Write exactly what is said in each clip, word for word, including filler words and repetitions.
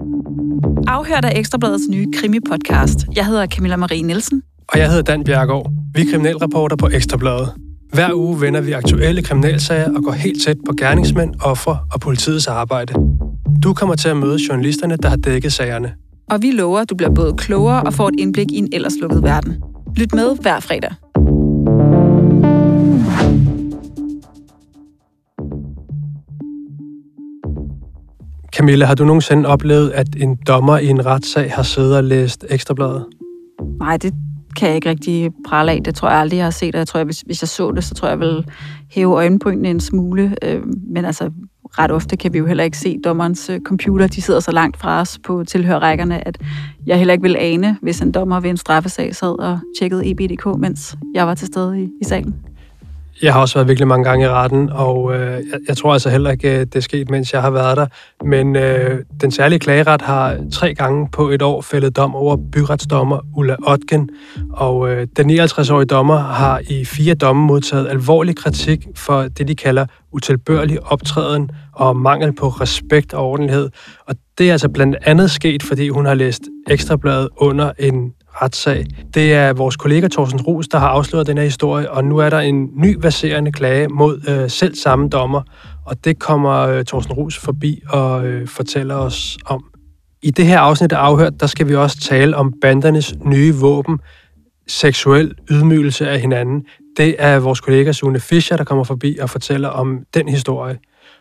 Afhørt af Ekstrabladets nye krimi-podcast. Jeg hedder Camilla Marie Nielsen. Og jeg hedder Dan Bjergård. Vi er kriminalreporter på Ekstrabladet. Hver uge vender vi aktuelle kriminalsager og går helt tæt på gerningsmænd, ofre og politiets arbejde. Du kommer til at møde journalisterne, der har dækket sagerne. Og vi lover, at du bliver både klogere og får et indblik i en ellers lukket verden. Lyt med hver fredag. Camilla, har du nogensinde oplevet, at en dommer i en retssag har siddet og læst Ekstrabladet? Nej, det kan jeg ikke rigtig prale af. Det tror jeg aldrig, jeg har set. Og jeg tror, jeg, hvis, hvis jeg så det, så tror jeg, jeg vil hæve øjenbrynene en smule. Øh, men altså, ret ofte kan vi jo heller ikke se dommerens øh, computer. De sidder så langt fra os på tilhørrækkerne, at jeg heller ikke vil ane, hvis en dommer ved en straffesag sad og tjekkede E B punktum D K, mens jeg var til stede i, i salen. Jeg har også været virkelig mange gange i retten, og øh, jeg, jeg tror altså heller ikke, det er sket, mens jeg har været der. Men øh, den særlige klageret har tre gange på et år fældet dom over byretsdommer Ulla Otgen, og øh, den nioghalvtreds-årige dommer har i fire domme modtaget alvorlig kritik for det, de kalder utilbørlig optræden og mangel på respekt og ordentlighed. Og det er altså blandt andet sket, fordi hun har læst Ekstrabladet under en retssag. Det er vores kollega Thorsten Ruus, der har afsløret den her historie, og nu er der en ny verserende klage mod øh, selv samme dommer, og det kommer øh, Thorsten Ruus forbi og øh, fortæller os om. I det her afsnit af Afhørt, der skal vi også tale om bandernes nye våben, seksuel ydmygelse af hinanden. Det er vores kollega Sune Fischer, der kommer forbi og fortæller om den historie.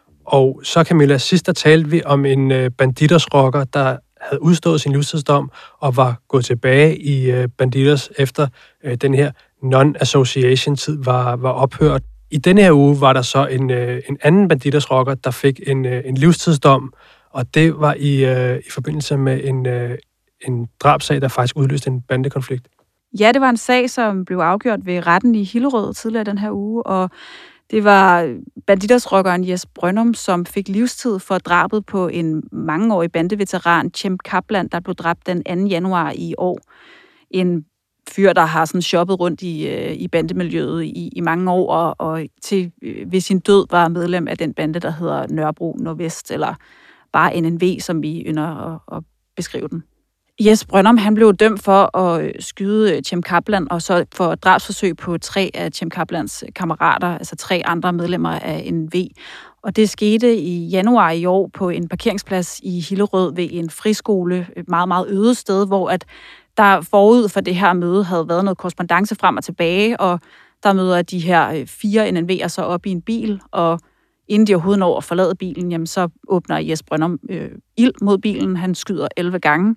Og så, Camilla, sidst der talte vi om en øh, banditersrocker, der havde udstået sin livstidsdom og var gået tilbage i øh, Bandidos efter øh, den her non-association-tid var, var ophørt. I denne her uge var der så en, øh, en anden Bandidos-rocker, der fik en, øh, en livstidsdom, og det var i, øh, i forbindelse med en, øh, en drabsag, der faktisk udløste en bandekonflikt. Ja, det var en sag, som blev afgjort ved retten i Hillerød tidligere den her uge, og det var Bandidos-rockeren Jes Brøndum, som fik livstid for drabet på en mangeårig bandeveteran, Cem Kaplan, der blev dræbt den anden januar i år. En fyr, der har sådan shoppet rundt i, i bandemiljøet i, i mange år, og, og til ved sin død var medlem af den bande, der hedder Nørrebro Nordvest, eller bare N N V, som vi ynder at, at beskrive den. Jes Brøndum, han blev dømt for at skyde Cem Kaplan, og så for drabsforsøg på tre af Cem Kaplans kammerater, altså tre andre medlemmer af N V. Og det skete i januar i år på en parkeringsplads i Hillerød ved en friskole, et meget, meget øde sted, hvor at der forud for det her møde havde været noget korrespondance frem og tilbage, og der møder de her fire N N V'er så op i en bil, og inden de overhovedet når at forlade bilen, jamen, så åbner Jes Brøndum øh, ild mod bilen. Han skyder elleve gange.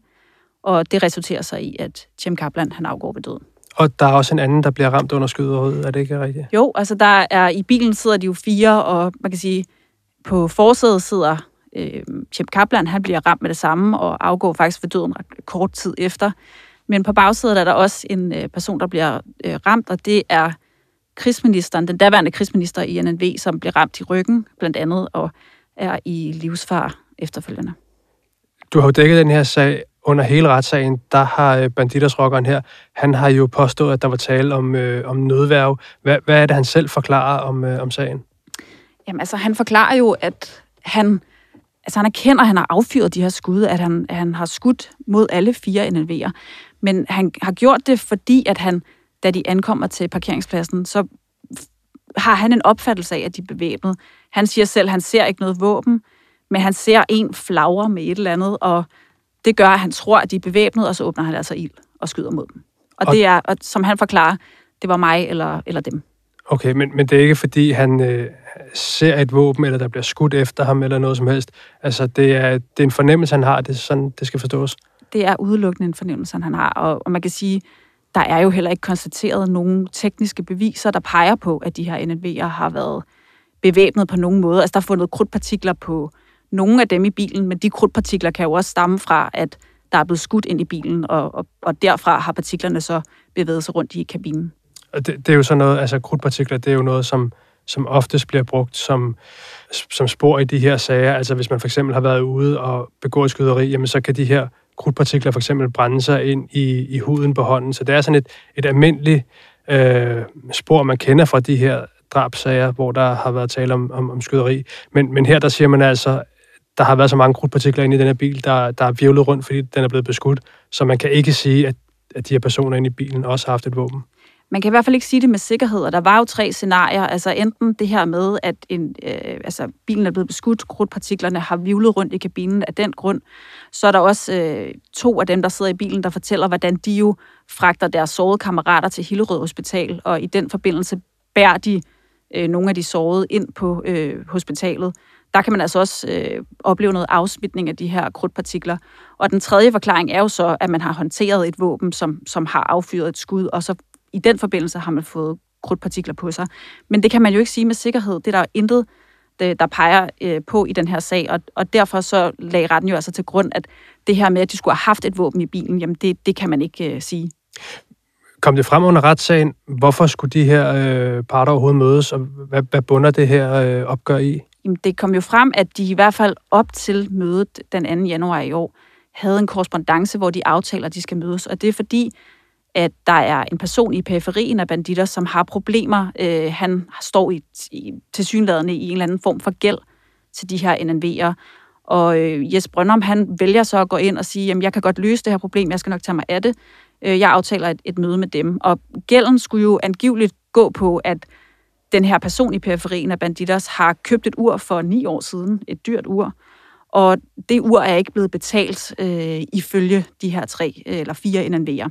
Og det resulterer sig i, at Cem Kaplan, han afgår ved døden. Og der er også en anden, der bliver ramt under skyderiet, er det ikke rigtigt? Jo, altså der er i bilen sidder de jo fire, og man kan sige, på forsædet sidder øh, Cem Kaplan, han bliver ramt med det samme, og afgår faktisk ved døden kort tid efter. Men på bagsædet er der også en øh, person, der bliver øh, ramt, og det er krigsministeren, den daværende krigsminister i N N V, som bliver ramt i ryggen, blandt andet, og er i livsfare efterfølgende. Du har jo dækket den her sag. Under hele retssagen, der har Bandidos-rockeren her, han har jo påstået, at der var tale om, øh, om nødværge. Hvad, hvad er det, han selv forklarer om, øh, om sagen? Jamen altså, han forklarer jo, at han, altså, han erkender, at han har affyret de her skud, at han, at han har skudt mod alle fire N N V'er. Men han har gjort det, fordi at han, da de ankommer til parkeringspladsen, så har han en opfattelse af, at de er bevæbnet. Han siger selv, at han ser ikke noget våben, men han ser en flagre med et eller andet, og det gør, at han tror, at de er bevæbnet, og så åbner han altså ild og skyder mod dem. Og, og det er, og som han forklarer, det var mig eller, eller dem. Okay, men, men det er ikke, fordi han øh, ser et våben, eller der bliver skudt efter ham, eller noget som helst. Altså, det er, det er en fornemmelse, han har. Det er sådan, det skal forstås. Det er udelukkende en fornemmelse, han har. Og, og man kan sige, der er jo heller ikke konstateret nogen tekniske beviser, der peger på, at de her N N V'er har været bevæbnet på nogen måde. Altså, der er fundet krudtpartikler på nogle af dem i bilen, men de krudtpartikler kan jo også stamme fra, at der er blevet skudt ind i bilen, og, og, og derfra har partiklerne så bevæget sig rundt i kabinen. Og det, det er jo sådan noget, altså krudtpartikler, det er jo noget, som, som oftest bliver brugt som, som spor i de her sager. Altså hvis man for eksempel har været ude og begået skyderi, jamen så kan de her krudtpartikler for eksempel brænde sig ind i, i huden på hånden. Så det er sådan et, et almindeligt øh, spor, man kender fra de her drabsager, hvor der har været tale om, om, om skyderi. Men, men her der siger man altså, der har været så mange krudtpartikler inde i den her bil, der, der er virvlet rundt, fordi den er blevet beskudt. Så man kan ikke sige, at, at de her personer inde i bilen også har haft et våben. Man kan i hvert fald ikke sige det med sikkerhed, og der var jo tre scenarier. Altså enten det her med, at en, øh, altså, bilen er blevet beskudt, krudtpartiklerne har virvlet rundt i kabinen af den grund. Så er der også øh, to af dem, der sidder i bilen, der fortæller, hvordan de jo fragter deres sårede kammerater til Hillerød Hospital, og i den forbindelse bærer de øh, nogle af de sårede ind på øh, hospitalet. Der kan man altså også øh, opleve noget afsmitning af de her krudtpartikler. Og den tredje forklaring er jo så, at man har håndteret et våben, som, som har affyret et skud, og så i den forbindelse har man fået krudtpartikler på sig. Men det kan man jo ikke sige med sikkerhed. Det er der intet, der peger øh, på i den her sag, og, og derfor så lagde retten jo altså til grund, at det her med, at de skulle have haft et våben i bilen, jamen det, det kan man ikke øh, sige. Kom det frem under retssagen? Hvorfor skulle de her øh, parter overhovedet mødes, og hvad, hvad bunder det her øh, opgør i? Jamen, det kom jo frem, at de i hvert fald op til mødet den anden januar i år, havde en korrespondance, hvor de aftaler, at de skal mødes, og det er fordi, at der er en person i periferien af banditter, som har problemer. Øh, han står i, i, tilsyneladende i en eller anden form for gæld til de her N N V'er. Og øh, Jes Brøndum, han vælger så at gå ind og sige, jamen jeg kan godt løse det her problem, jeg skal nok tage mig af det. Øh, jeg aftaler et, et møde med dem. Og gælden skulle jo angiveligt gå på, at den her person i periferien af banditter har købt et ur for ni år siden, et dyrt ur. Og det ur er ikke blevet betalt øh, ifølge de her tre eller fire N N V'er.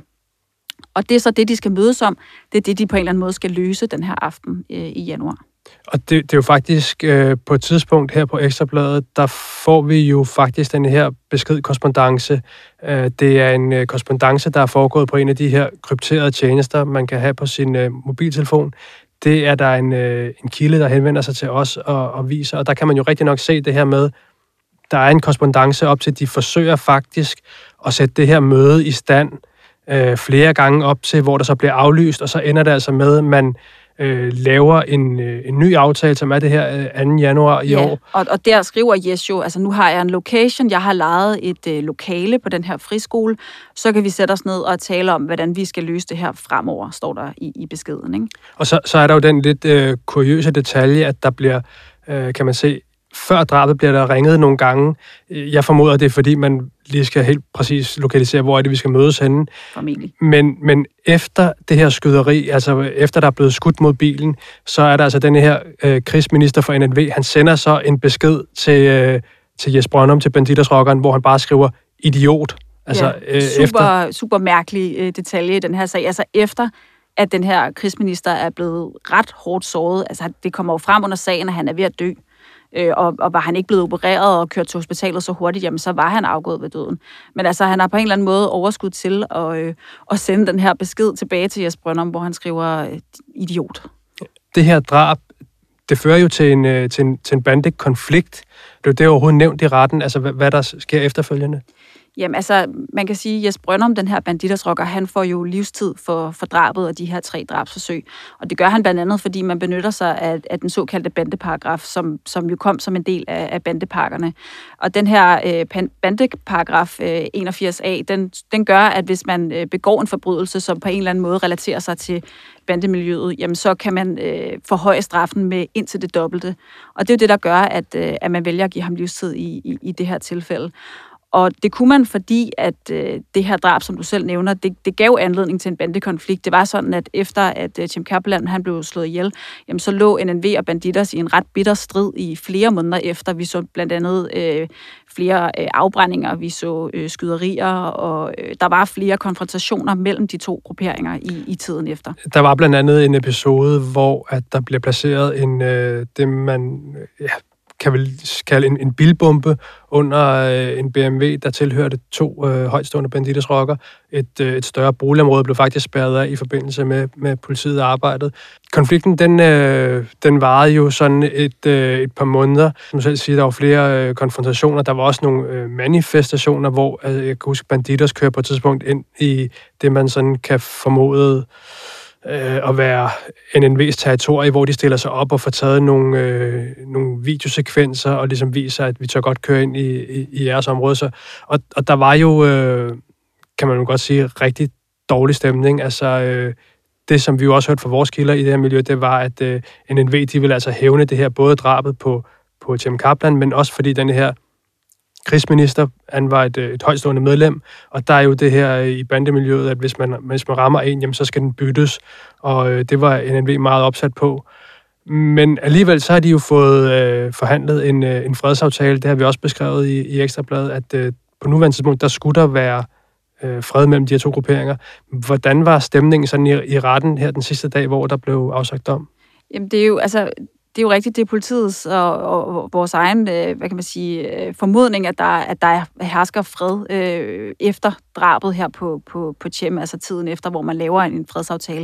Og det er så det, de skal mødes om. Det er det, de på en eller anden måde skal løse den her aften øh, i januar. Og det, det er jo faktisk øh, på et tidspunkt her på Ekstrabladet, der får vi jo faktisk den her beskedkorrespondance. Øh, det er en øh, korrespondance, der er foregået på en af de her krypterede tjenester, man kan have på sin øh, mobiltelefon. Det er der en, øh, en kilde, der henvender sig til os og, og viser, og der kan man jo rigtig nok se det her med, der er en korrespondance op til, de forsøger faktisk at sætte det her møde i stand øh, flere gange op til, hvor der så bliver aflyst, og så ender det altså med, at man øh, laver en, øh, en ny aftale, som er det her øh, anden januar i ja, år. Og, og der skriver Jes jo, altså nu har jeg en location, jeg har lejet et øh, lokale på den her friskole, så kan vi sætte os ned og tale om, hvordan vi skal løse det her fremover, står der i, i beskeden, ikke? Og så, så er der jo den lidt øh, kuriøse detalje, at der bliver, øh, kan man se, før drabet bliver der ringet nogle gange. Jeg formoder, det er, fordi man lige skal helt præcis lokalisere, hvor er det, vi skal mødes henne. Formentlig. Men, men efter det her skyderi, altså efter der er blevet skudt mod bilen, så er der altså den her øh, krigsminister for N N V, han sender så en besked til, øh, til Jes Brøndum, til banditersrockeren, hvor han bare skriver idiot. Altså, ja, øh, super, efter... super mærkelig øh, detalje i den her sag. Altså efter, at den her krigsminister er blevet ret hårdt såret, altså det kommer jo frem under sagen, at han er ved at dø. Øh, og, og var han ikke blevet opereret og kørt til hospitalet så hurtigt, jamen så var han afgået ved døden. Men altså, han har på en eller anden måde overskud til at, øh, at sende den her besked tilbage til Jes Brøndum, hvor han skriver øh, idiot. Det her drab, det fører jo til en, øh, til en, til en bandekonflikt. Det er jo det overhovedet nævnt i retten, altså hvad, hvad der sker efterfølgende. Jamen altså, man kan sige, at Jes Brøndum, den her banditersrocker, han får jo livstid for, for drabet og de her tre drabsforsøg. Og det gør han blandt andet, fordi man benytter sig af, af den såkaldte bandeparagraf, som, som jo kom som en del af, af bandepakkerne. Og den her øh, bandeparagraf øh, enogfirs A, den, den gør, at hvis man øh, begår en forbrydelse, som på en eller anden måde relaterer sig til bandemiljøet, jamen så kan man øh, forhøje straffen med indtil det dobbelte. Og det er jo det, der gør, at, øh, at man vælger at give ham livstid i, i, i det her tilfælde. Og det kunne man, fordi at øh, det her drab, som du selv nævner, det, det gav anledning til en bandekonflikt. Det var sådan, at efter at øh, Tim Kaplan, han blev slået ihjel, jamen, så lå N N V og Bandidos i en ret bitter strid i flere måneder efter. Vi så blandt andet øh, flere øh, afbrændinger, vi så øh, skyderier, og øh, der var flere konfrontationer mellem de to grupperinger i, i tiden efter. Der var blandt andet en episode, hvor at der blev placeret en, øh, det man... Ja, kan vel kalde en, en bilbombe under øh, en B M W, der tilhørte to øh, højtstående banditersrocker. Et, øh, et større boligområde blev faktisk spærret af i forbindelse med, med politiet og arbejdet. Konflikten, den, øh, den varede jo sådan et, øh, et par måneder. Som du selv siger, der var flere øh, konfrontationer. Der var også nogle øh, manifestationer, hvor øh, jeg kan huske, Bandidos kører på et tidspunkt ind i det, man sådan kan formode at være N N V's territorie, hvor de stiller sig op og får taget nogle, øh, nogle videosekvenser og ligesom viser, at vi tør godt køre ind i, i, i jeres område. Så, og, og der var jo, øh, kan man jo godt sige, rigtig dårlig stemning. Altså, øh, det, som vi jo også hørte fra vores kilder i det her miljø, det var, at øh, N N V, de ville altså hævne det her, både drabet på, på Tim Kaplan, men også fordi den her krigsminister. Han var et, et højtstående medlem, og der er jo det her i bandemiljøet, at hvis man, hvis man rammer en, jamen, så skal den byttes, og øh, det var N N V meget opsat på. Men alligevel så har de jo fået øh, forhandlet en, øh, en fredsaftale. Det har vi også beskrevet i, i Ekstrabladet, at øh, på nuværende tidspunkt, der skulle der være øh, fred mellem de her to grupperinger. Hvordan var stemningen sådan i, i retten her den sidste dag, hvor der blev afsagt dom? Jamen, det er jo, altså, det er jo rigtigt, det er politiets og, og vores egen, øh, hvad kan man sige, øh, formodning, at der, at der hersker fred øh, efter drabet her på, på, på Cem, altså tiden efter, hvor man laver en, en fredsaftale.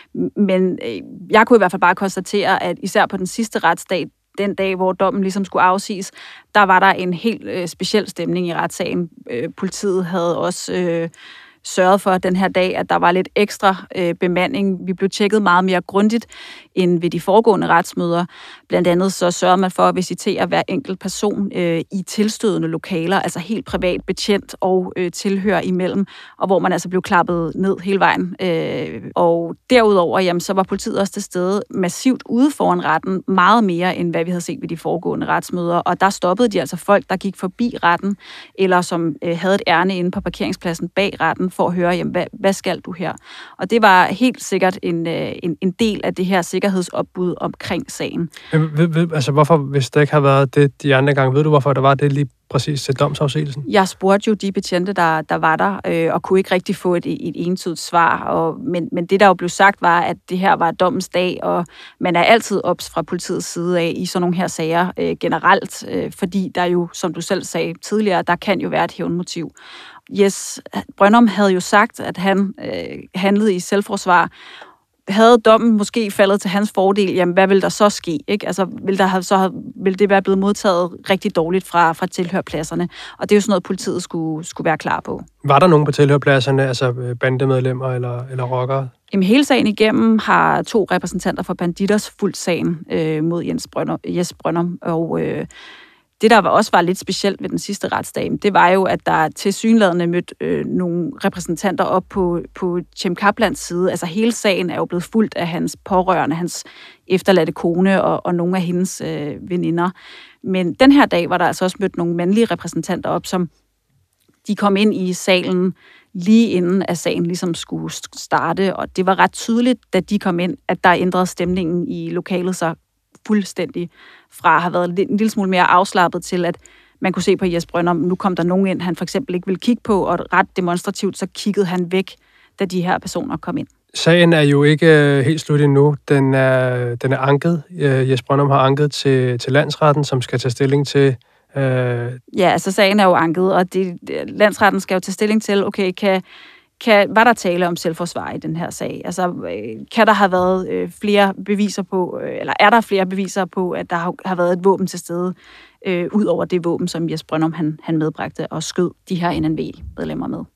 Men øh, jeg kunne i hvert fald bare konstatere, at især på den sidste retsdag, den dag, hvor dommen ligesom skulle afsiges, der var der en helt øh, speciel stemning i retssagen. Øh, politiet havde også øh, sørget for den her dag, at der var lidt ekstra øh, bemanding. Vi blev tjekket meget mere grundigt end ved de foregående retsmøder. Blandt andet så sørger man for at visitere hver enkelt person øh, i tilstødende lokaler, altså helt privat betjent og øh, tilhør imellem, og hvor man altså blev klappet ned hele vejen. Øh, og derudover, jamen, så var politiet også til stede massivt ude foran retten, meget mere end hvad vi havde set ved de foregående retsmøder, og der stoppede de altså folk, der gik forbi retten, eller som øh, havde et ærne inde på parkeringspladsen bag retten, for at høre, jamen, hvad, hvad skal du her? Og det var helt sikkert en, en, en del af det her sikkerhedsopbud omkring sagen. Men, ved, ved, altså hvorfor, hvis der ikke har været det de andre gange, ved du, hvorfor der var det lige præcis til domsafsigelsen? Jeg spurgte jo de betjente, der, der var der, øh, og kunne ikke rigtig få et, et entydigt svar. Og, men, men det, der jo blev sagt, var, at det her var dommens dag, og man er altid ops fra politiets side af i sådan nogle her sager øh, generelt, øh, fordi der jo, som du selv sagde tidligere, der kan jo være et hævnmotiv. Jes Brøndum havde jo sagt, at han øh, handlede i selvforsvar. Havde dommen måske faldet til hans fordel, jamen hvad vil der så ske? Ikke? Altså, vil, der have, så have, vil det være blevet modtaget rigtig dårligt fra, fra tilhørpladserne? Og det er jo sådan noget, politiet skulle, skulle være klar på. Var der nogen på tilhørpladserne, altså bandemedlemmer eller, eller rockere? Jamen, hele sagen igennem har to repræsentanter fra Bandidos fulgt sagen øh, mod Jens Brøndum, Jes Brøndum, og øh, det, der også var lidt specielt ved den sidste retsdag, det var jo, at der tilsyneladende mødte øh, nogle repræsentanter op på, på Cem Kaplans side. Altså hele sagen er jo blevet fulgt af hans pårørende, hans efterladte kone og, og nogle af hendes øh, veninder. Men den her dag var der altså også mødt nogle mandlige repræsentanter op, som de kom ind i salen lige inden at sagen ligesom skulle starte. Og det var ret tydeligt, da de kom ind, at der ændrede stemningen i lokalet sig fuldstændig fra at have været en lille smule mere afslappet til, at man kunne se på Jes Brøndum, nu kom der nogen ind, han for eksempel ikke ville kigge på, og ret demonstrativt, så kiggede han væk, da de her personer kom ind. Sagen er jo ikke helt slut endnu. Den er, den er anket. Jes Brøndum har anket til, til landsretten, som skal tage stilling til... Øh... Ja, altså sagen er jo anket, og det, landsretten skal jo tage stilling til, okay, kan... Kan, var der tale om selvforsvar i den her sag? Altså, kan der have været øh, flere beviser på, øh, eller er der flere beviser på, at der har, har været et våben til stede, øh, ud over det våben, som Jes Brøndum han, han medbragte og skød de her N N V-medlemmer med?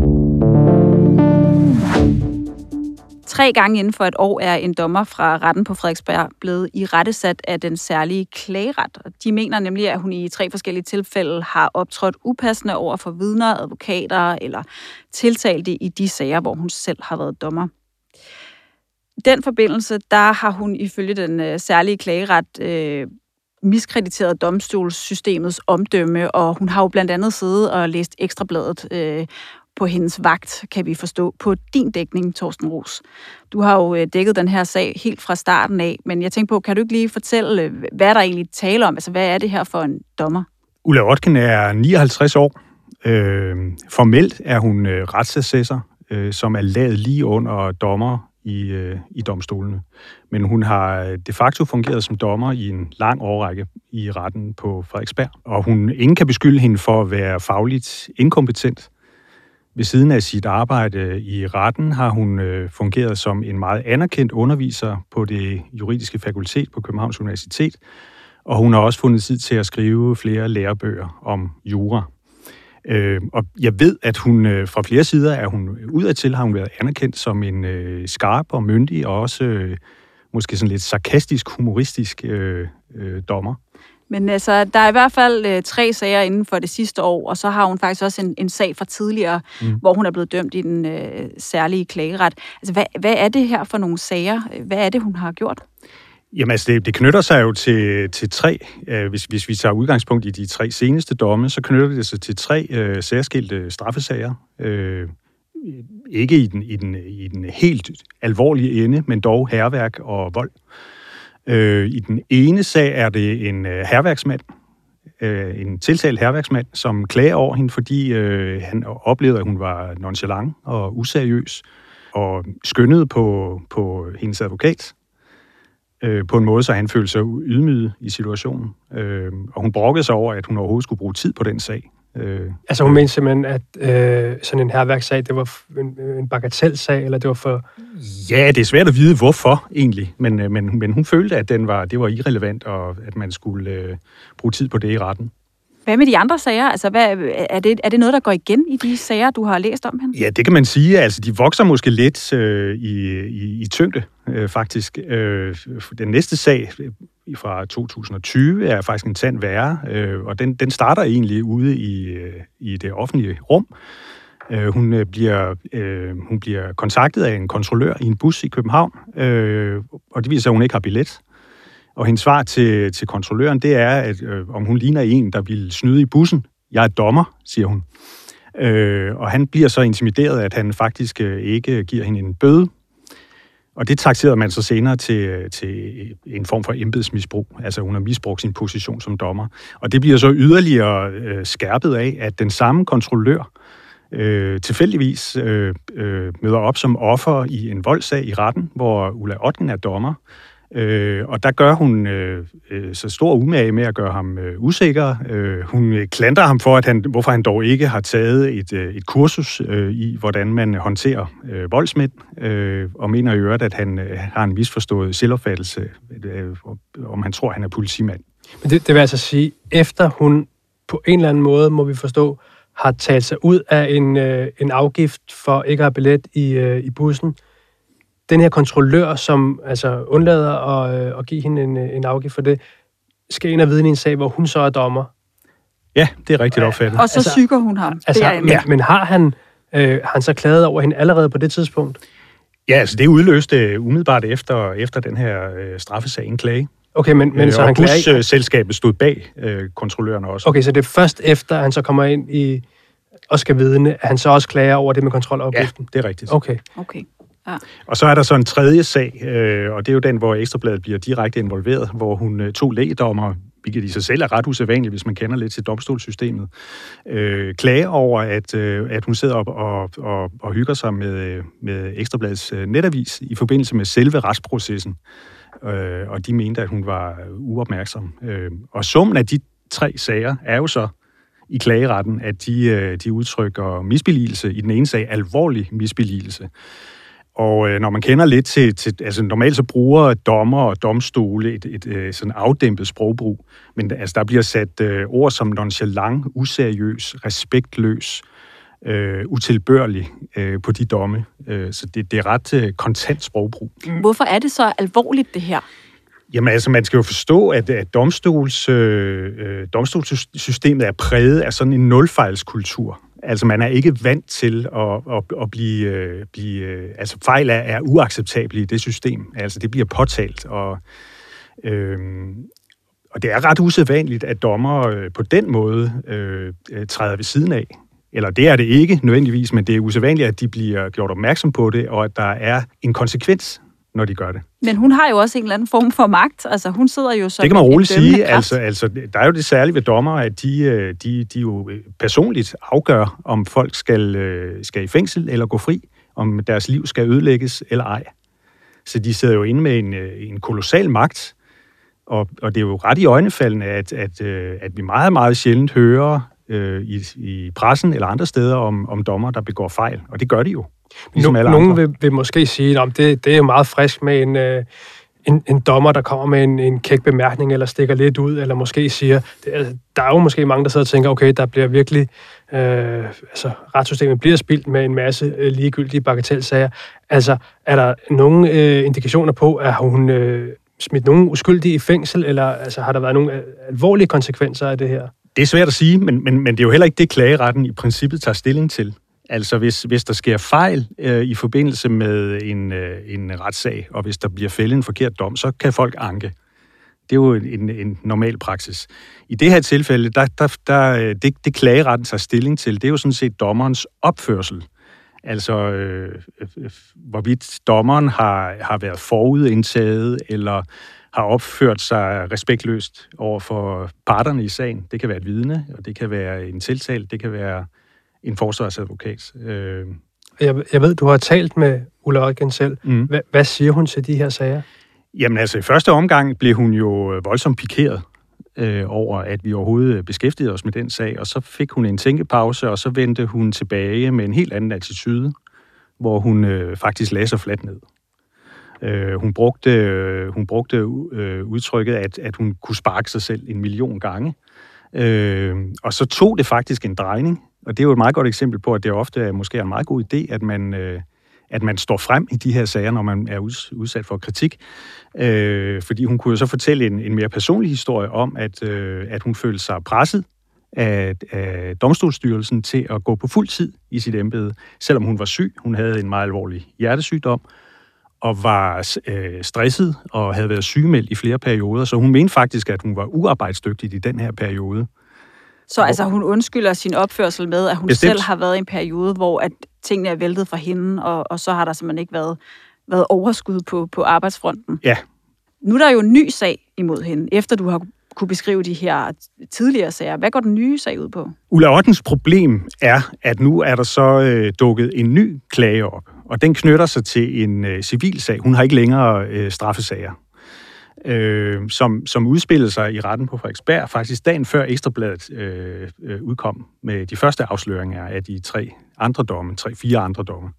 Tre gange inden for et år er en dommer fra retten på Frederiksberg blevet irettesat af den særlige klageret. De mener nemlig, at hun i tre forskellige tilfælde har optrådt upassende over for vidner, advokater eller tiltalte i de sager, hvor hun selv har været dommer. I den forbindelse, der har hun ifølge den særlige klageret øh, miskrediteret domstolssystemets omdømme, og hun har jo blandt andet siddet og læst Ekstrabladet øh, på hendes vagt, kan vi forstå, på din dækning, Torsten Roos. Du har jo dækket den her sag helt fra starten af, men jeg tænker på, kan du ikke lige fortælle, hvad der egentlig taler om? Altså, hvad er det her for en dommer? Ulla Otken er nioghalvtreds år. Øh, formelt er hun øh, retsassessor, øh, som er lavet lige under dommer i, øh, i domstolene. Men hun har de facto fungeret som dommer i en lang årrække i retten på Frederiksberg. Og hun, ingen kan beskylde hende for at være fagligt inkompetent. Ved siden af sit arbejde i retten har hun øh, fungeret som en meget anerkendt underviser på det juridiske fakultet på Københavns Universitet, og hun har også fundet tid til at skrive flere lærebøger om jura. Øh, og jeg ved, at hun øh, fra flere sider er hun udadtil har hun været anerkendt som en øh, skarp og myndig og også øh, måske sådan lidt sarkastisk, humoristisk øh, øh, dommer. Men altså, der er i hvert fald øh, tre sager inden for det sidste år, og så har hun faktisk også en, en sag fra tidligere, mm. hvor hun er blevet dømt i den øh, særlige klageret. Altså, hvad, hvad er det her for nogle sager? Hvad er det, hun har gjort? Jamen altså, det, det knytter sig jo til, til tre, øh, hvis, hvis vi tager udgangspunkt i de tre seneste domme, så knytter det sig til tre øh, særskilte straffesager. Øh, ikke i den, i, den, i den helt alvorlige ende, men dog hærværk og vold. Øh, I den ene sag er det en øh, hærværksmand, øh, en tiltalt hærværksmand, som klager over hende, fordi øh, han oplevede, at hun var nonchalant og useriøs, og skyndede på, på hendes advokat, øh, på en måde, så han følte sig ydmyget i situationen. Øh, og hun brokkede sig over, at hun overhovedet skulle bruge tid på den sag. Øh, altså hun mente simpelthen, at øh, sådan en hærværkssag, det var en, en bagatelsag, eller det var for... Ja, det er svært at vide, hvorfor egentlig, men, øh, men, men hun følte, at den var, det var irrelevant, og at man skulle øh, bruge tid på det i retten. Hvad med de andre sager? Altså, hvad, er, det, er det noget, der går igen i de sager, du har læst om hende? Ja, det kan man sige. Altså, de vokser måske lidt øh, i, i, i tyngde, øh, faktisk. Øh, den næste sag fra to tusind og tyve er faktisk en tand værre, øh, og den, den starter egentlig ude i, i det offentlige rum. Øh, hun, bliver, øh, hun bliver kontaktet af en kontrollør i en bus i København, øh, og det viser sig, at hun ikke har billet. Og hendes svar til, til kontrolløren, det er, at øh, om hun ligner en, der vil snyde i bussen. Jeg er dommer, siger hun. Øh, og han bliver så intimideret, at han faktisk øh, ikke giver hende en bøde. Og det taxerede man så senere til, til en form for embedsmisbrug. Altså hun har misbrugt sin position som dommer. Og det bliver så yderligere øh, skærpet af, at den samme kontrollør øh, tilfældigvis øh, øh, møder op som offer i en voldssag i retten, hvor Ulla Ottgen er dommer. Øh, og der gør hun øh, øh, så stor umage med at gøre ham øh, usikker. Øh, hun klandrer ham for, at han, hvorfor han dog ikke har taget et, øh, et kursus øh, i, hvordan man håndterer øh, voldsmænd, øh, og mener i øvrigt, at han øh, har en misforstået selvopfattelse, øh, om han tror, han er politimand. Men det, det vil altså sige, efter hun på en eller anden måde, må vi forstå, har talt sig ud af en, øh, en afgift for ikke at have billet i, øh, i bussen, den her kontrollør, som altså undlader at, øh, at give hende en, en afgift for det, skal ind og vide i en sag, hvor hun så er dommer. Ja, det er rigtigt opfattet. Og så altså, syger hun ham. Altså, det er men, ja. men har han, øh, han så klaget over hende allerede på det tidspunkt? Ja, altså det udløste umiddelbart efter, efter den her øh, straffesag en klage. Okay, men, men så øh, han klager... Og busselskabet stod bag øh, kontrollørerne også. Okay, så det er først efter, han så kommer ind i og skal vidne, at han så også klager over det med kontrolafgiften? Ja, det er rigtigt. Okay. Okay. Ja. Og så er der så en tredje sag, øh, og det er jo den, hvor Ekstra Bladet bliver direkte involveret, hvor hun øh, to lægdommer, hvilket i sig selv er ret usædvanligt, hvis man kender lidt til domstolssystemet, øh, klager over, at, øh, at hun sidder op og, og, og hygger sig med, med Ekstra Bladets øh, netavis i forbindelse med selve retsprocessen. Øh, og de mente, at hun var uopmærksom. Øh, og summen af de tre sager er jo så i klageretten, at de, de udtrykker misbilligelse. I den ene sag alvorlig misbilligelse. Og øh, når man kender lidt til, til... Altså normalt så bruger dommer og domstole et, et, et sådan afdæmpet sprogbrug, men altså, der bliver sat øh, ord som nonchalant, useriøs, respektløs, øh, utilbørlig øh, på de domme. Øh, så det, det er ret øh, kontant sprogbrug. Hvorfor er det så alvorligt, det her? Jamen altså, man skal jo forstå, at, at domstols, øh, domstolssystemet er præget af sådan en nulfejlskultur. Altså, man er ikke vant til at, at, at blive, øh, blive... Altså, fejl er, er uacceptable i det system. Altså, det bliver påtalt, og, øh, og det er ret usædvanligt, at dommer øh, på den måde øh, træder ved siden af. Eller det er det ikke nødvendigvis, men det er usædvanligt, at de bliver gjort opmærksom på det, og at der er en konsekvens, når de gør det. Men hun har jo også en eller anden form for magt. Altså, hun sidder jo som det kan man roligt sige. Altså, altså, der er jo det særlige ved dommer, at de, de, de jo personligt afgør, om folk skal, skal i fængsel eller gå fri, om deres liv skal ødelægges eller ej. Så de sidder jo inde med en, en kolossal magt, og, og det er jo ret i øjnefaldene, at, at, at vi meget, meget sjældent hører øh, i, i pressen eller andre steder om, om dommer, der begår fejl. Og det gør de jo. Ligesom no, nogen vil, vil måske sige, at det, det er meget frisk med en, øh, en, en dommer, der kommer med en, en kæk bemærkning, eller stikker lidt ud, eller måske siger, det, der er jo måske mange, der sidder og tænker, okay, der bliver virkelig, øh, altså retssystemet bliver spildt med en masse øh, ligegyldige bagatelsager. Altså, er der nogle øh, indikationer på, at hun øh, smidt nogen uskyldige i fængsel, eller altså, har der været nogle alvorlige konsekvenser af det her? Det er svært at sige, men, men, men det er jo heller ikke det, klageretten i princippet tager stilling til. Altså hvis, hvis der sker fejl øh, i forbindelse med en, øh, en retssag, og hvis der bliver fældet en forkert dom, så kan folk anke. Det er jo en, en normal praksis. I det her tilfælde, der, der, der, det, det klageretten tager stilling til, det er jo sådan set dommerens opførsel. Altså, øh, øh, hvorvidt dommeren har, har været forudindtaget, eller har opført sig respektløst over for parterne i sagen. Det kan være et vidne, og det kan være en tiltalt, det kan være en forsvarsadvokat. Øh. Jeg, jeg ved, du har talt med Ulla Ottgen selv. Mm. Hvad, hvad siger hun til de her sager? Jamen altså, i første omgang blev hun jo voldsomt pikeret øh, over, at vi overhovedet beskæftigede os med den sag, og så fik hun en tænkepause, og så vendte hun tilbage med en helt anden attitude, hvor hun øh, faktisk lagde sig fladt ned. Øh, hun brugte, øh, hun brugte øh, udtrykket, at, at hun kunne sparke sig selv en million gange, øh, og så tog det faktisk en drejning, og det er jo et meget godt eksempel på, at det ofte er måske en meget god idé, at man... Øh, at man står frem i de her sager, når man er udsat for kritik. Øh, fordi hun kunne jo så fortælle en, en mere personlig historie om, at, øh, at hun følte sig presset af, af domstolsstyrelsen til at gå på fuld tid i sit embede, selvom hun var syg. Hun havde en meget alvorlig hjertesygdom og var øh, stresset og havde været sygemeldt i flere perioder, så hun mente faktisk, at hun var uarbejdsdygtig i den her periode. Så altså, hun undskylder sin opførsel med, at hun Bestemt. selv har været i en periode, hvor at tingene er væltet fra hende, og, og så har der simpelthen ikke været, været overskud på, på arbejdsfronten. Ja. Nu er der jo en ny sag imod hende, efter du har kunne beskrive de her tidligere sager. Hvad går den nye sag ud på? Ulla Ottgens problem er, at nu er der så øh, dukket en ny klage op, og den knytter sig til en øh, civil sag. Hun har ikke længere øh, straffesager. Øh, som, som udspillede sig i retten på Frederiksberg, faktisk dagen før Ekstra Bladet øh, øh, udkom med de første afsløringer af de tre andre domme, tre, fire andre domme.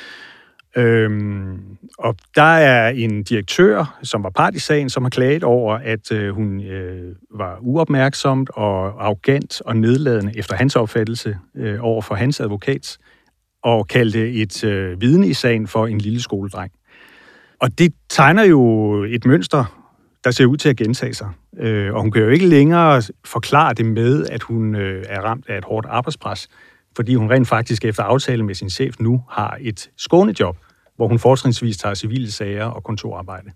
Øhm, og der er en direktør, som var part i sagen, som har klaget over, at øh, hun øh, var uopmærksomt og arrogant og nedladende efter hans opfattelse øh, over for hans advokat, og kaldte et øh, vidne i sagen for en lille skoledreng. Og det tegner jo et mønster, der ser ud til at gentage sig. Øh, og hun kan jo ikke længere forklare det med, at hun øh, er ramt af et hårdt arbejdspres, fordi hun rent faktisk efter aftale med sin chef nu har et skånejob, hvor hun fortrinsvis tager civile sager og kontorarbejde.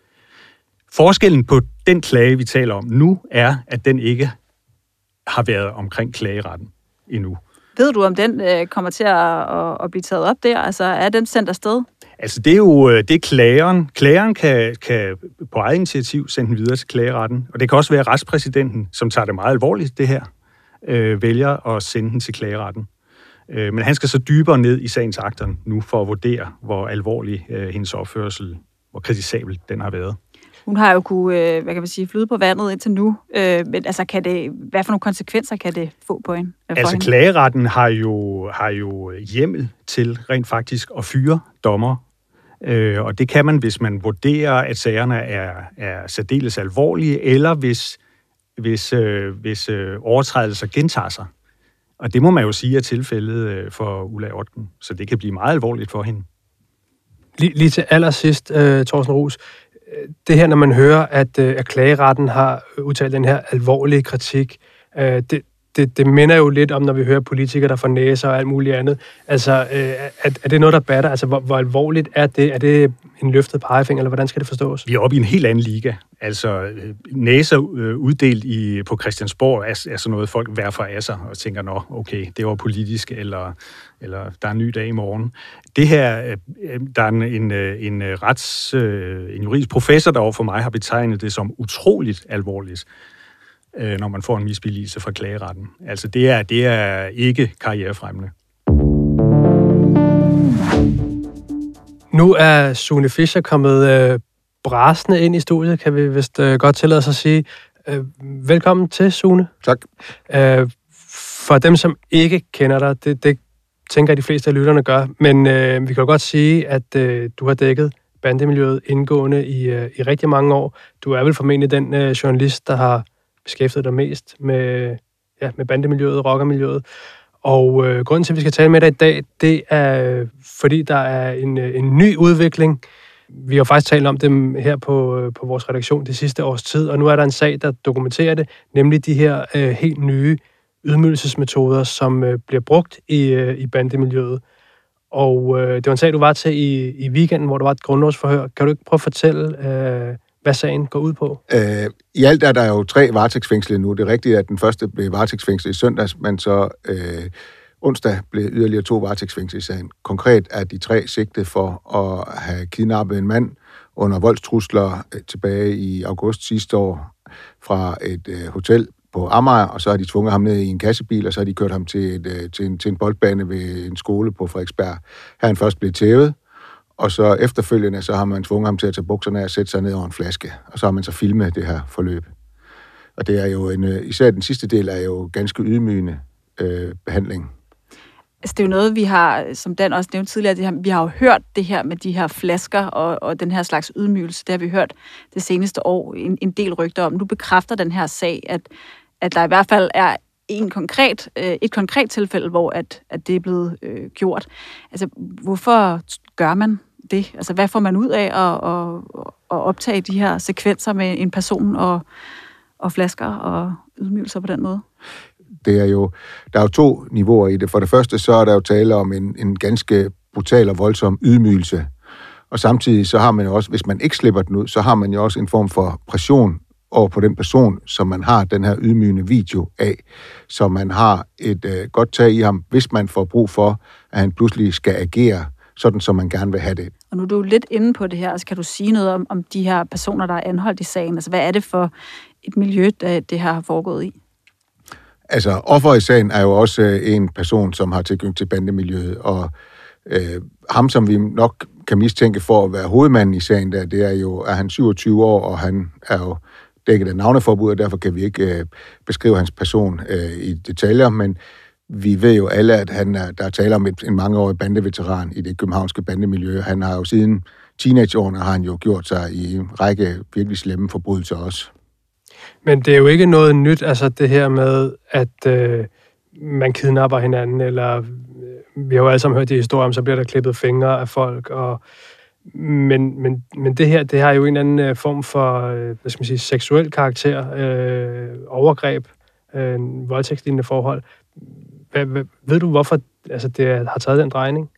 Forskellen på den klage, vi taler om nu, er, at den ikke har været omkring klageretten endnu. Ved du, om den øh, kommer til at, at, at blive taget op der? Altså, er den sendt afsted? Altså, det er jo det er klageren. Klageren kan, kan på eget initiativ sende den videre til klageretten, og det kan også være retspræsidenten, som tager det meget alvorligt, det her, øh, vælger at sende den til klageretten. Øh, men han skal så dybere ned i sagens akter nu for at vurdere, hvor alvorlig øh, hendes opførsel, hvor kritisabel den har været. Hun har jo kunne, øh, hvad kan man sige, flyde på vandet indtil nu, øh, men altså, kan det, hvad for nogle konsekvenser kan det få på hende? Altså, hende? Klageretten har jo, har jo hjemmel til rent faktisk at fyre dommer. Øh, og det kan man, hvis man vurderer, at sagerne er, er særdeles alvorlige, eller hvis, hvis, øh, hvis øh, overtrædelser gentager sig. Og det må man jo sige er tilfældet øh, for Ulla Ottgen, så det kan blive meget alvorligt for hende. Lige, lige til allersidst, øh, Thorsten Ruus, det her, når man hører, at, øh, at klageretten har udtalt den her alvorlige kritik, øh, det, det, det minder jo lidt om, når vi hører politikere, der får næser og alt muligt andet. Altså, øh, er, er det noget, der batter? Altså, hvor, hvor alvorligt er det? Er det en løftet pegefinger, eller hvordan skal det forstås? Vi er oppe i en helt anden liga. Altså, næser uddelt i, på Christiansborg er, er sådan noget, folk værfer af sig og tænker, nå, okay, det var politisk, eller, eller der er en ny dag i morgen. Det her, der er en, en, en rets, en juridisk professor, der overfor mig har betegnet det som utroligt alvorligt, når man får en misbilligelse fra klageretten. Altså, det er, det er ikke karrierefremmende. Nu er Sune Fischer kommet øh, brasende ind i studiet, kan vi vist øh, godt tillade os at sige. Øh, velkommen til, Sune. Tak. Øh, for dem, som ikke kender dig, det, det tænker jeg, de fleste af lytterne gør, men øh, vi kan jo godt sige, at øh, du har dækket bandemiljøet indgående i, øh, i rigtig mange år. Du er vel formentlig den øh, journalist, der har beskæftiget dig mest med, ja, med bandemiljøet, rockermiljøet. Og øh, grunden til, at vi skal tale med dig i dag, det er, fordi der er en, en ny udvikling. Vi har faktisk talt om dem her på, på vores redaktion det sidste års tid, og nu er der en sag, der dokumenterer det, nemlig de her øh, helt nye ydmygelsesmetoder, som øh, bliver brugt i, øh, i bandemiljøet. Og øh, det var en sag, du var til i, i weekenden, hvor der var et grundlovsforhør. Kan du ikke prøve at fortælle, øh, hvad sagen går ud på? Øh, I alt er der jo tre varetægtsfængslede nu. Det er rigtigt, at den første blev varetægtsfængslet i søndags, men så øh, onsdag blev yderligere to varetægtsfængslet i sagen. Konkret er de tre sigtet for at have kidnappet en mand under voldstrusler øh, tilbage i august sidste år fra et øh, hotel på Amager, og så har de tvunget ham ned i en kassebil, og så har de kørt ham til, et, øh, til, en, til en boldbane ved en skole på Frederiksberg. Her er han først blevet tævet, og så efterfølgende, så har man tvunget ham til at tage bukserne af og sætte sig ned over en flaske, og så har man så filmet det her forløb. Og det er jo en, især den sidste del er jo ganske ydmygende øh, behandling. Altså, det er jo noget, vi har, som Dan også nævnte tidligere, det her, vi har jo hørt det her med de her flasker og, og den her slags ydmygelse. Det har vi hørt det seneste år en, en del rygter om. Nu bekræfter den her sag, at, at der i hvert fald er en konkret, øh, et konkret tilfælde, hvor at, at det er blevet øh, gjort. Altså, hvorfor gør man det? Altså, hvad får man ud af at, at, at optage de her sekvenser med en person og, og flasker og ydmygelser på den måde? Det er jo, der er jo to niveauer i det. For det første, så er der jo tale om en, en ganske brutal og voldsom ydmygelse. Og samtidig så har man jo også, hvis man ikke slipper den ud, så har man jo også en form for pression over på den person, som man har den her ydmygende video af, så man har et øh, godt tag i ham, hvis man får brug for, at han pludselig skal agere sådan, som man gerne vil have det. Og nu er du lidt inde på det her, altså kan du sige noget om, om de her personer, der er anholdt i sagen? Altså, hvad er det for et miljø, der det her har foregået i? Altså, offer i sagen er jo også øh, en person, som har tilknytning til bandemiljøet, og øh, ham, som vi nok kan mistænke for at være hovedmanden i sagen, der, det er jo, er han syvogtyve år, og han er jo dækket af navneforbud, og derfor kan vi ikke øh, beskrive hans person øh, i detaljer, men vi ved jo alle, at han er, der er tale om et, en mangeårig bandeveteran i det københavnske bandemiljø. Han har jo siden teenageårene har han jo gjort sig i en række virkelig slemme forbrydelser også. Men det er jo ikke noget nyt, altså det her med, at øh, man kidnapper hinanden, eller øh, vi har jo alle sammen hørt de historier om, så bliver der klippet fingre af folk, og, men, men, men det her, det har jo en eller anden form for, øh, hvad skal man sige, seksuel karakter, øh, overgreb, øh, voldtægtslignende forhold. Hvad, hvad, ved du, hvorfor altså, det har taget den drejning?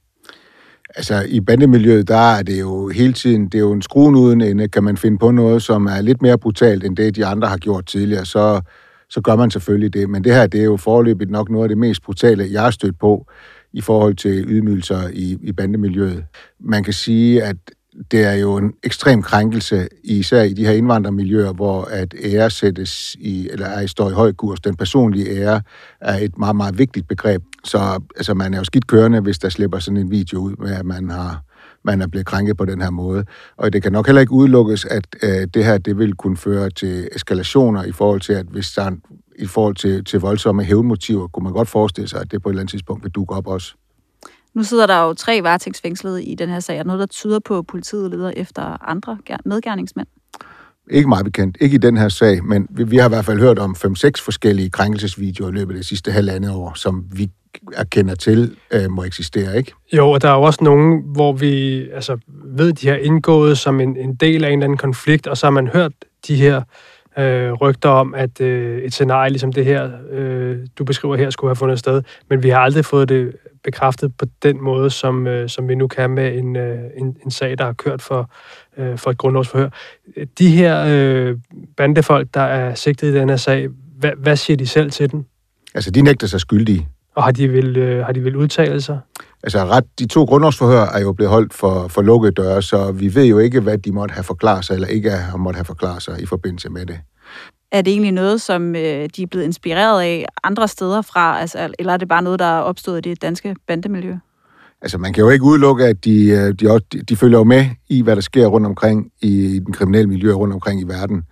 Altså, i bandemiljøet, der er det jo hele tiden, det er jo en skruen uden ende. Kan man finde på noget, som er lidt mere brutalt, end det, de andre har gjort tidligere, så, så gør man selvfølgelig det. Men det her, det er jo foreløbigt nok noget af det mest brutale, jeg har stødt på i forhold til ydmygelser i, i bandemiljøet. Man kan sige, at det er jo en ekstrem krænkelse, især i de her indvandrermiljøer, hvor at ære sættes i, eller er i står i høj kurs. Den personlige ære er et meget, meget vigtigt begreb. Så altså, man er jo skidt kørende, hvis der slipper sådan en video ud med, at man, har, man er blevet krænket på den her måde. Og det kan nok heller ikke udelukkes, at øh, det her det vil kunne føre til eskalationer i forhold til, at hvis der i forhold til, til voldsomme hævnmotiver, kunne man godt forestille sig, at det på et eller andet tidspunkt vil dukke op også. Nu sidder der jo tre varetægtsfængslede i den her sag. Er der noget, der tyder på, at politiet leder efter andre medgerningsmænd? Ikke meget bekendt. Ikke i den her sag, men vi, vi har i hvert fald hørt om fem seks forskellige krænkelsesvideoer i løbet af det sidste halvandet år, som vi erkender til, øh, må eksistere, ikke? Jo, og der er jo også nogen, hvor vi altså, ved, de har indgået som en, en del af en eller anden konflikt, og så har man hørt de her øh, rygter om, at øh, et scenarie ligesom det her, øh, du beskriver her, skulle have fundet sted, men vi har aldrig fået det bekræftet på den måde, som, øh, som vi nu kan med en, øh, en, en sag, der har kørt for, øh, for et grundlovsforhør. De her øh, bandefolk, der er sigtet i den her sag, hvad, hvad siger de selv til den? Altså, de nægter sig skyldige. Og har de vil, øh, har de vil udtale sig? Altså, ret, de to grundlovsforhør er jo blevet holdt for, for lukkede døre, så vi ved jo ikke, hvad de måtte have forklaret sig, eller ikke har måtte have forklaret sig i forbindelse med det. Er det egentlig noget, som øh, de er blevet inspireret af andre steder fra, altså, eller er det bare noget, der er opstået i det danske bandemiljø? Altså, man kan jo ikke udelukke, at de, de, også, de følger jo med i, hvad der sker rundt omkring i, i den kriminelle miljø rundt omkring i verden.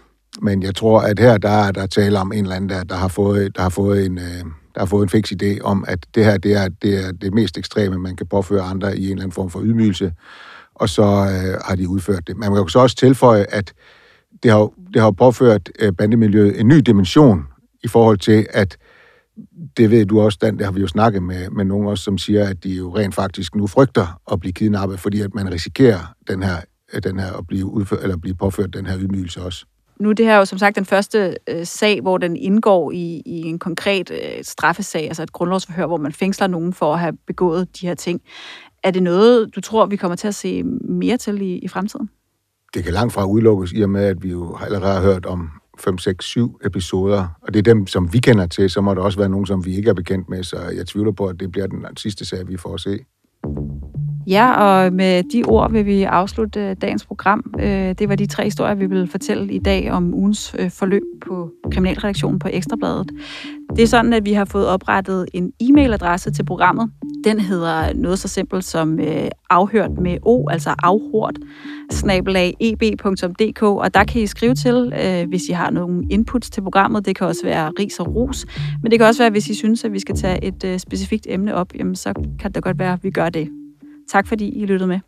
Men jeg tror, at her der er der tale om en eller anden, der, der, har, fået, der, har, fået en, der har fået en fix idé om, at det her det er, det er det mest ekstreme, man kan påføre andre i en eller anden form for ydmygelse, og så øh, har de udført det. Man kan jo så også tilføje, at det har, det har påført bandemiljøet en ny dimension i forhold til, at det ved du også, Dan, det har vi jo snakket med, med nogen også, som siger, at de jo rent faktisk nu frygter at blive kidnappet, fordi at man risikerer den her, den her at blive, udført, eller blive påført den her ydmygelse også. Nu er det her jo som sagt den første øh, sag, hvor den indgår i, i en konkret øh, straffesag, altså et grundlovsforhør, hvor man fængsler nogen for at have begået de her ting. Er det noget, du tror, vi kommer til at se mere til i, i fremtiden? Det kan langt fra udelukkes, i og med, at vi jo allerede har hørt om fem, seks, syv episoder, og det er dem, som vi kender til, så må der også være nogen, som vi ikke er bekendt med, så jeg tvivler på, at det bliver den sidste sag, vi får at se. Ja, og med de ord vil vi afslutte dagens program. Det var de tre historier, vi vil fortælle i dag om ugens forløb på Kriminalredaktionen på Ekstrabladet. Det er sådan, at vi har fået oprettet en e-mailadresse til programmet. Den hedder noget så simpelt som afhørt med o, altså afhørt, snabel-a e b punktum d k, og der kan I skrive til, hvis I har nogle inputs til programmet. Det kan også være ris og ros, men det kan også være, hvis I synes, at vi skal tage et specifikt emne op, jamen så kan det godt være, at vi gør det. Tak fordi I lyttede med.